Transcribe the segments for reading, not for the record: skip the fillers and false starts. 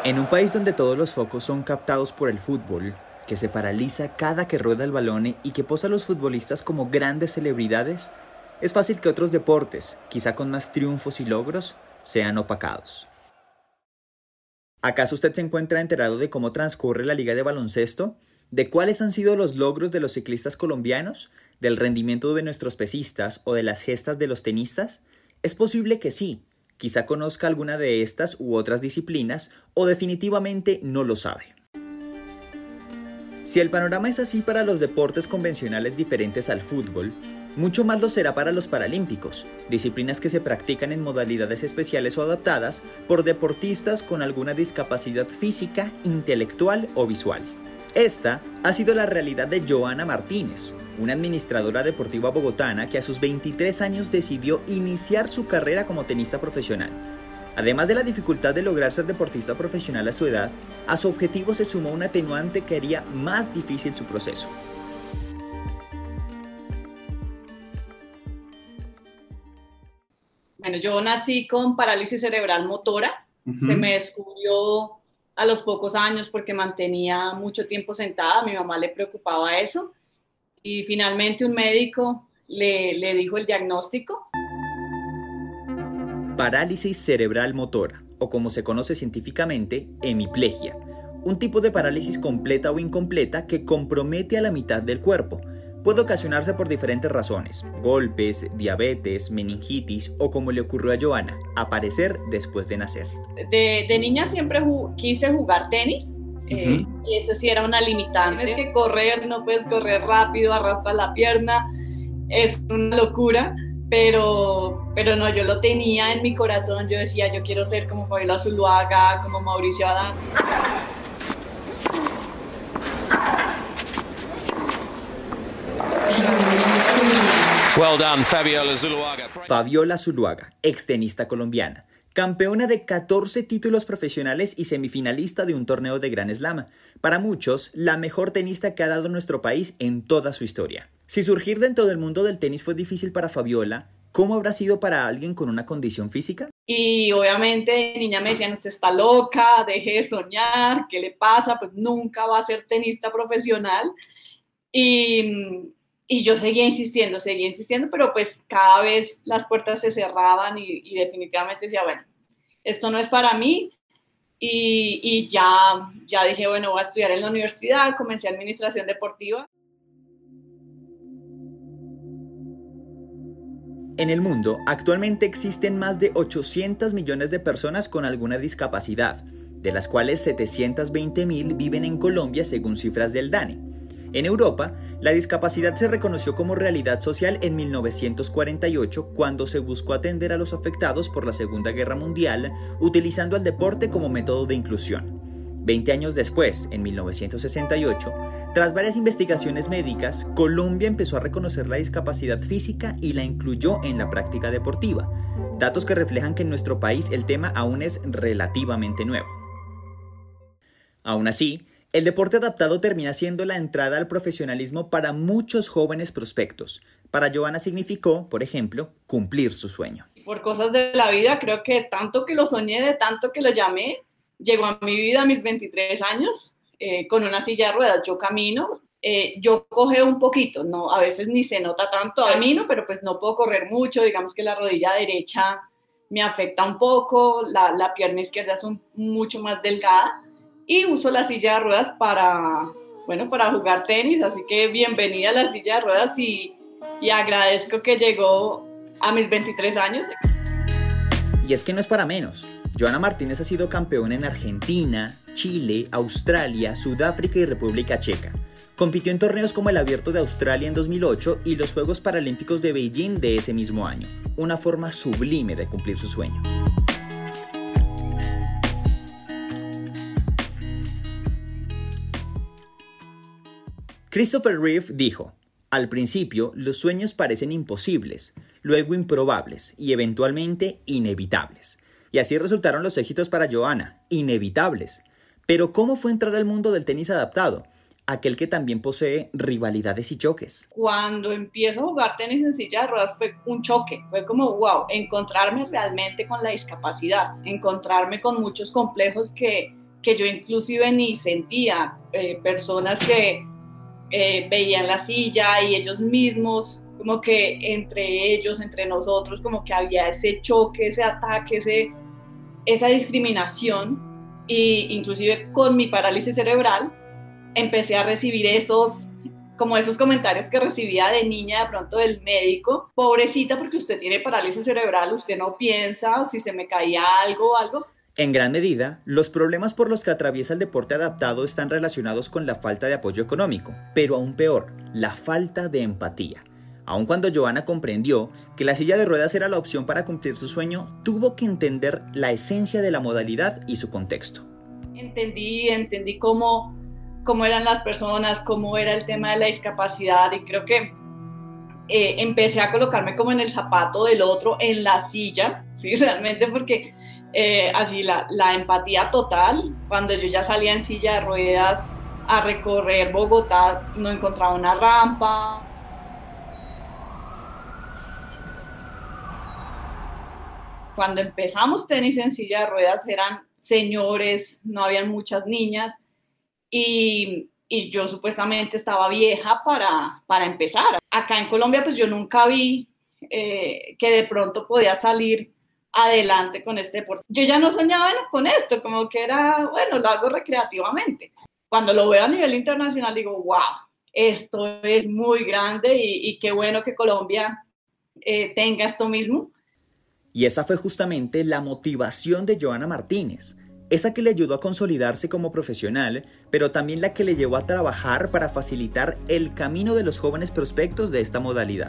En un país donde todos los focos son captados por el fútbol, que se paraliza cada que rueda el balón y que posa a los futbolistas como grandes celebridades, es fácil que otros deportes, quizá con más triunfos y logros, sean opacados. ¿Acaso usted se encuentra enterado de cómo transcurre la liga de baloncesto? ¿De cuáles han sido los logros de los ciclistas colombianos? ¿Del rendimiento de nuestros pesistas o de las gestas de los tenistas? Es posible que sí. Quizá conozca alguna de estas u otras disciplinas o definitivamente no lo sabe. Si el panorama es así para los deportes convencionales diferentes al fútbol, mucho más lo será para los paralímpicos, disciplinas que se practican en modalidades especiales o adaptadas por deportistas con alguna discapacidad física, intelectual o visual. Esta ha sido la realidad de Joana Martínez, una administradora deportiva bogotana que a sus 23 años decidió iniciar su carrera como tenista profesional. Además de la dificultad de lograr ser deportista profesional a su edad, a su objetivo se sumó un atenuante que haría más difícil su proceso. Bueno, yo nací con parálisis cerebral motora. Se me descubrió a los pocos años porque mantenía mucho tiempo sentada. A mi mamá le preocupaba eso. Y finalmente un médico le dijo el diagnóstico. Parálisis cerebral motora, o como se conoce científicamente, hemiplegia. Un tipo de parálisis completa o incompleta que compromete a la mitad del cuerpo. Puede ocasionarse por diferentes razones: golpes, diabetes, meningitis o, como le ocurrió a Joana, aparecer después de nacer. De niña siempre quise jugar tenis. Y eso sí era una limitante. Tienes que correr, no puedes correr rápido, arrastras la pierna, es una locura, pero no, yo lo tenía en mi corazón. Yo decía, yo quiero ser como Fabiola Zuluaga, como Mauricio Adán. Well done, Fabiola Zuluaga. Fabiola Zuluaga, extenista colombiana, campeona de 14 títulos profesionales y semifinalista de un torneo de Grand Slam. Para muchos, la mejor tenista que ha dado nuestro país en toda su historia. Si surgir dentro del mundo del tenis fue difícil para Fabiola, ¿cómo habrá sido para alguien con una condición física? Y obviamente de niña me decían, usted está loca, deje de soñar, ¿qué le pasa? Pues nunca va a ser tenista profesional. Y yo seguía insistiendo, pero pues cada vez las puertas se cerraban y definitivamente decía, bueno, esto no es para mí. Y ya dije, bueno, voy a estudiar en la universidad, comencé administración deportiva. En el mundo, actualmente existen más de 800 millones de personas con alguna discapacidad, de las cuales 720.000 viven en Colombia según cifras del DANE. En Europa, la discapacidad se reconoció como realidad social en 1948, cuando se buscó atender a los afectados por la Segunda Guerra Mundial, utilizando el deporte como método de inclusión. 20 años después, en 1968, tras varias investigaciones médicas, Colombia empezó a reconocer la discapacidad física y la incluyó en la práctica deportiva, datos que reflejan que en nuestro país el tema aún es relativamente nuevo. Aún así, el deporte adaptado termina siendo la entrada al profesionalismo para muchos jóvenes prospectos. Para Joana significó, por ejemplo, cumplir su sueño. Por cosas de la vida, creo que tanto que lo soñé, de tanto que lo llamé, llegó a mi vida a mis 23 años con una silla de ruedas. Yo camino, yo cojeo un poquito, no, a veces ni se nota tanto, camino, pero pues no puedo correr mucho. Digamos que la rodilla derecha me afecta un poco, la pierna izquierda es mucho más delgada. Y uso la silla de ruedas para jugar tenis, así que bienvenida a la silla de ruedas y agradezco que llegó a mis 23 años. Y es que no es para menos. Joana Martínez ha sido campeona en Argentina, Chile, Australia, Sudáfrica y República Checa. Compitió en torneos como el Abierto de Australia en 2008 y los Juegos Paralímpicos de Beijing de ese mismo año. Una forma sublime de cumplir su sueño. Christopher Reeve dijo: al principio los sueños parecen imposibles, luego improbables y eventualmente inevitables. Y así resultaron los éxitos para Joana, inevitables. Pero ¿cómo fue entrar al mundo del tenis adaptado? Aquel que también posee rivalidades y choques. Cuando empiezo a jugar tenis en silla de ruedas fue un choque, fue como wow, encontrarme realmente con la discapacidad, encontrarme con muchos complejos que que yo inclusive ni sentía, personas que veían la silla y ellos mismos, como que entre ellos, entre nosotros, como que había ese choque, ese ataque, esa discriminación, y inclusive con mi parálisis cerebral empecé a recibir esos comentarios que recibía de niña de pronto del médico: pobrecita, porque usted tiene parálisis cerebral, usted no piensa, si se me caía algo. En gran medida, los problemas por los que atraviesa el deporte adaptado están relacionados con la falta de apoyo económico, pero aún peor, la falta de empatía. Aun cuando Johanna comprendió que la silla de ruedas era la opción para cumplir su sueño, tuvo que entender la esencia de la modalidad y su contexto. Entendí cómo eran las personas, cómo era el tema de la discapacidad, y creo que empecé a colocarme como en el zapato del otro, en la silla, ¿sí? Realmente, porque así la empatía total. Cuando yo ya salía en silla de ruedas a recorrer Bogotá, no encontraba una rampa. Cuando empezamos tenis en silla de ruedas eran señores, no habían muchas niñas, y yo supuestamente estaba vieja para empezar. Acá en Colombia pues yo nunca vi que de pronto podía salir adelante con este deporte. Yo ya no soñaba con esto, como que era, bueno, lo hago recreativamente. Cuando lo veo a nivel internacional digo, wow, esto es muy grande, y qué bueno que Colombia tenga esto mismo. Y esa fue justamente la motivación de Johanna Martínez, esa que le ayudó a consolidarse como profesional, pero también la que le llevó a trabajar para facilitar el camino de los jóvenes prospectos de esta modalidad.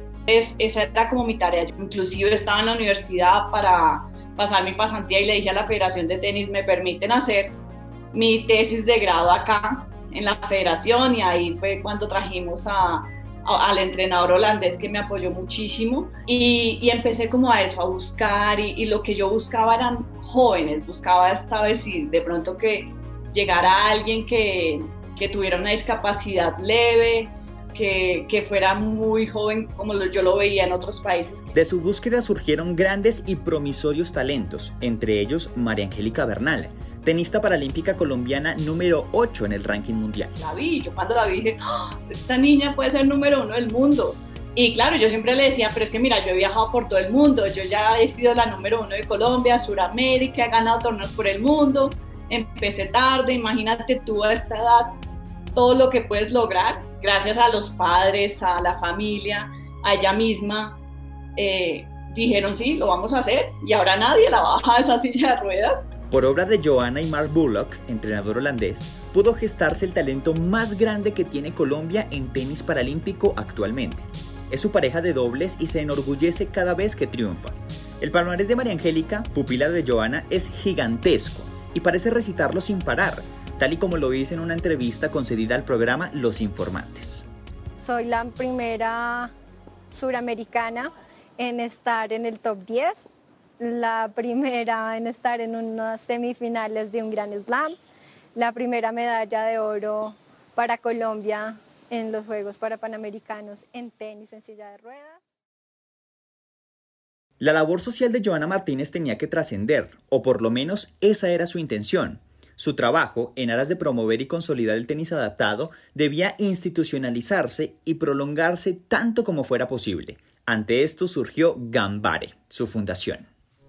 Esa era como mi tarea. Yo inclusive estaba en la universidad para pasar mi pasantía y le dije a la Federación de Tenis: me permiten hacer mi tesis de grado acá en la federación, y ahí fue cuando trajimos al entrenador holandés, que me apoyó muchísimo, y empecé como a eso, a buscar, y lo que yo buscaba eran jóvenes, buscaba esta vez de pronto que llegara alguien que tuviera una discapacidad leve, que fuera muy joven como yo lo veía en otros países. De su búsqueda surgieron grandes y promisorios talentos, entre ellos María Angélica Bernal, tenista paralímpica colombiana número 8 en el ranking mundial. Yo cuando la vi dije, ¡oh, esta niña puede ser número 1 del mundo! Y claro, yo siempre le decía, pero es que mira, yo he viajado por todo el mundo, yo ya he sido la número 1 de Colombia, Suramérica, he ganado torneos por el mundo, empecé tarde, imagínate tú a esta edad todo lo que puedes lograr. Gracias a los padres, a la familia, a ella misma, dijeron sí, lo vamos a hacer, y ahora nadie la baja de esa silla de ruedas. Por obra de Johanna y Mark Bullock, entrenador holandés, pudo gestarse el talento más grande que tiene Colombia en tenis paralímpico actualmente. Es su pareja de dobles y se enorgullece cada vez que triunfa. El palmarés de María Angélica, pupila de Johanna, es gigantesco y parece recitarlo sin parar, tal y como lo hizo en una entrevista concedida al programa Los Informantes. Soy la primera suramericana en estar en el top 10, la primera en estar en unas semifinales de un Grand Slam, la primera medalla de oro para Colombia en los Juegos Panamericanos en tenis en silla de ruedas. La labor social de Johanna Martínez tenía que trascender, o por lo menos esa era su intención. Su trabajo, en aras de promover y consolidar el tenis adaptado, debía institucionalizarse y prolongarse tanto como fuera posible. Ante esto surgió Gambare, su fundación.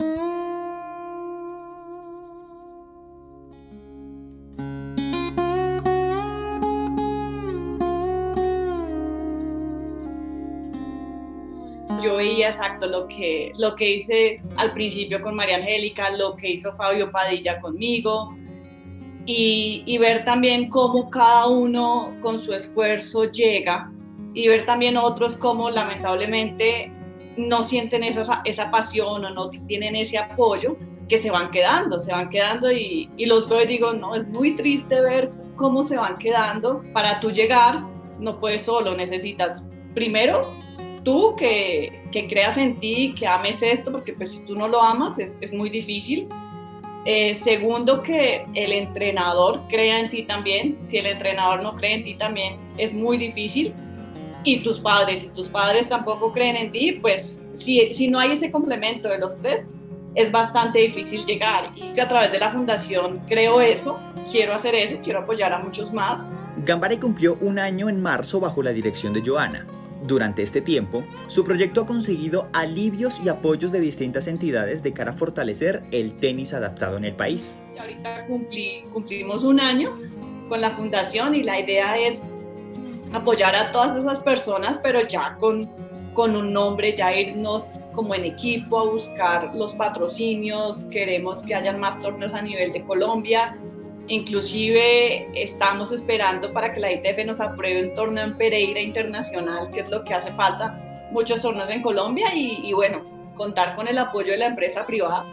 Yo veía exacto lo que hice al principio con María Angélica, lo que hizo Fabio Padilla conmigo, y ver también cómo cada uno con su esfuerzo llega, y ver también otros cómo lamentablemente no sienten esa pasión o no tienen ese apoyo, que se van quedando y los veo y digo, no, es muy triste ver cómo se van quedando. Para tú llegar no puedes solo, necesitas primero tú que creas en ti, que ames esto, porque pues si tú no lo amas es muy difícil. Segundo, que el entrenador crea en ti también. Si el entrenador no cree en ti también es muy difícil. Y tus padres, si tus padres tampoco creen en ti, pues si no hay ese complemento de los tres, es bastante difícil llegar. Y a través de la fundación creo eso, quiero hacer eso, quiero apoyar a muchos más. Gambare cumplió 1 año en marzo bajo la dirección de Johanna. Durante este tiempo, su proyecto ha conseguido alivios y apoyos de distintas entidades de cara a fortalecer el tenis adaptado en el país. Y ahorita cumplimos 1 año con la fundación y la idea es apoyar a todas esas personas, pero ya con un nombre, ya irnos como en equipo a buscar los patrocinios. Queremos que hayan más torneos a nivel de Colombia. Inclusive estamos esperando para que la ITF nos apruebe un torneo en Pereira internacional, que es lo que hace falta, muchos torneos en Colombia y bueno, contar con el apoyo de la empresa privada.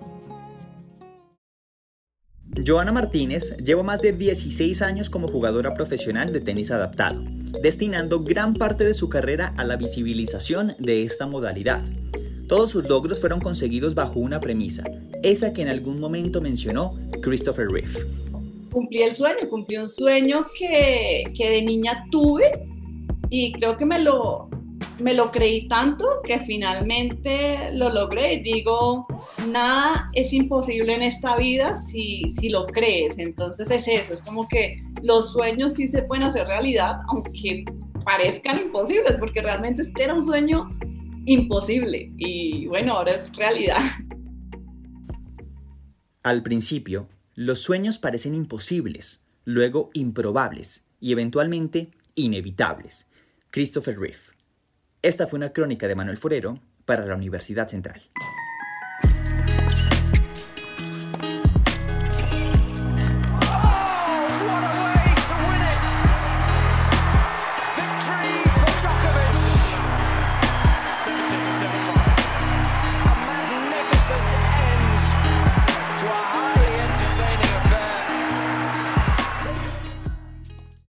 Johanna Martínez lleva más de 16 años como jugadora profesional de tenis adaptado, destinando gran parte de su carrera a la visibilización de esta modalidad. Todos sus logros fueron conseguidos bajo una premisa, esa que en algún momento mencionó Christopher Reeve. Cumplí un sueño que de niña tuve y creo que me lo creí tanto que finalmente lo logré. Y digo, nada es imposible en esta vida si lo crees. Entonces es eso, es como que los sueños sí se pueden hacer realidad, aunque parezcan imposibles, porque realmente este era un sueño imposible y bueno, ahora es realidad. Al principio, los sueños parecen imposibles, luego improbables y eventualmente inevitables. Christopher Reeve. Esta fue una crónica de Manuel Forero para la Universidad Central.